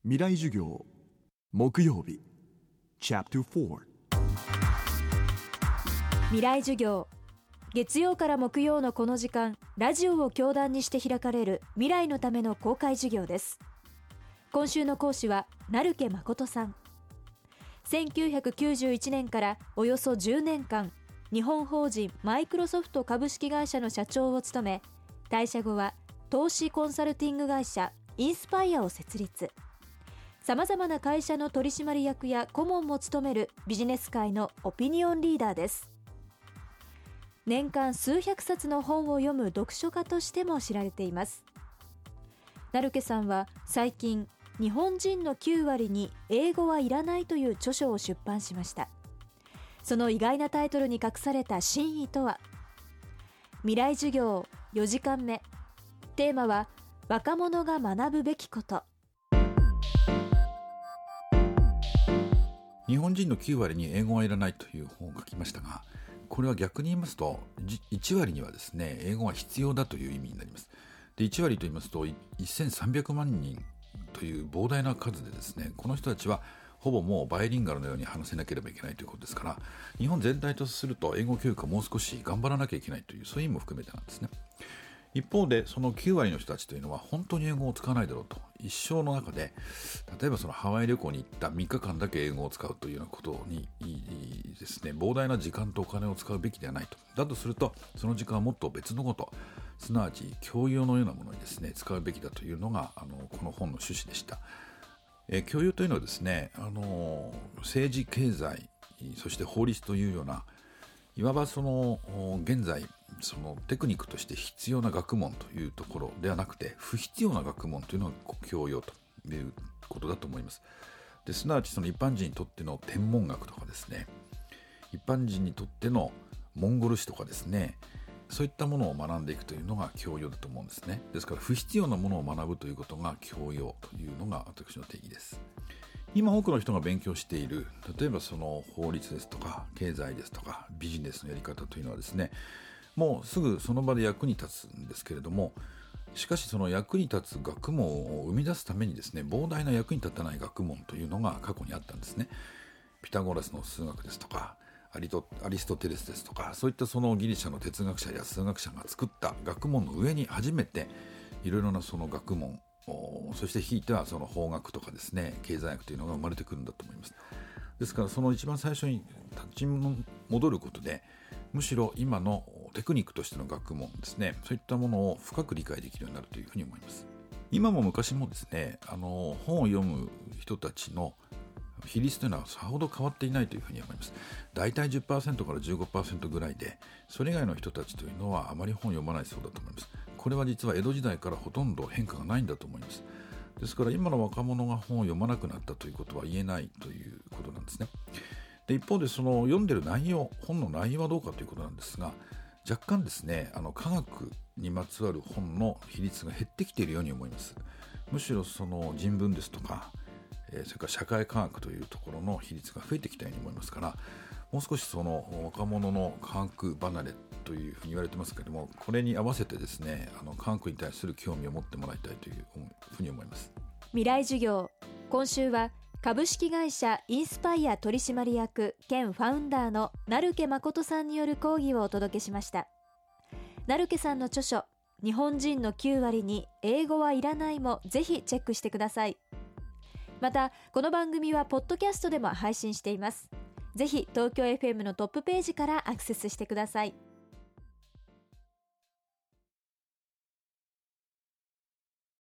未来授業木曜日チャプター4 未来授業、月曜から木曜のこの時間、ラジオを教壇にして開かれる未来のための公開授業です。今週の講師は成家誠さん。1991年からおよそ10年間、日本法人マイクロソフト株式会社の社長を務め、退社後は投資コンサルティング会社インスパイアを設立。さまざまな会社の取締役や顧問も務めるビジネス界のオピニオンリーダーです。年間数百冊の本を読む読書家としても知られています。成家さんは最近、日本人の9割に英語はいらないという著書を出版しました。その意外なタイトルに隠された真意とは。未来授業4時間目、テーマは若者が学ぶべきこと。 日本人の9割に英語はいらないという本を書きましたが、これは逆に言いますと1割にはですね、英語は必要だという意味になります。で、1割と言いますと1300万人という膨大な数でですね、この人たちはほぼもうバイリンガルのように話せなければいけないということですから、日本全体とすると英語教育はもう少し頑張らなきゃいけないという、そういう意味も含めてなんですね。一方でその9割の人たちというのは本当に英語を使わないだろうと、一生の中で例えばそのハワイ旅行に行った3日間だけ英語を使うというようなことにですね、膨大な時間とお金を使うべきではないと。だとするとその時間はもっと別のこと、すなわち教養のようなものにですね使うべきだというのがこの本の趣旨でした。教養というのはですね、政治経済そして法律というようないわばその現在そのテクニックとして必要な学問というところではなくて、不必要な学問というのが教養ということだと思います。で、すなわちその一般人にとっての天文学とかですね、一般人にとってのモンゴル史とかですね、そういったものを学んでいくというのが教養だと思うんですね。ですから不必要なものを学ぶということが教養というのが私の定義です。今多くの人が勉強している、例えばその法律ですとか経済ですとかビジネスのやり方というのはですね、もうすぐその場で役に立つんですけれども、しかしその役に立つ学問を生み出すためにですね、膨大な役に立たない学問というのが過去にあったんですね。ピタゴラスの数学ですとかアリストテレスですとか、そういったそのギリシャの哲学者や数学者が作った学問の上に初めていろいろなその学問、そしてひいてはその法学とかですね、経済学というのが生まれてくるんだと思います。ですからその一番最初に立ち戻ることで、むしろ今のテクニックとしての学問ですね、そういったものを深く理解できるようになるというふうに思います。今も昔もですね、本を読む人たちの比率というのはさほど変わっていないというふうに思います。だいたい 10% から 15% ぐらいで、それ以外の人たちというのはあまり本を読まないそうだと思います。これは実は江戸時代からほとんど変化がないんだと思います。ですから今の若者が本を読まなくなったということは言えないということなんですね。で、一方でその読んでる内容、本の内容はどうかということなんですが、若干ですね、科学にまつわる本の比率が減ってきているように思います。むしろその人文ですとか、それから社会科学というところの比率が増えてきたように思いますから、もう少しその若者の科学離れというふうに言われてますけれども、これに合わせてですね、科学に対する興味を持ってもらいたいというふうに思います。 未来授業、今週は株式会社インスパイア取締役兼ファウンダーの成家誠さんによる講義をお届けしました。成家さんの著書、日本人の9割に英語はいらないもぜひチェックしてください。またこの番組はポッドキャストでも配信しています。ぜひ東京 FM のトップページからアクセスしてください。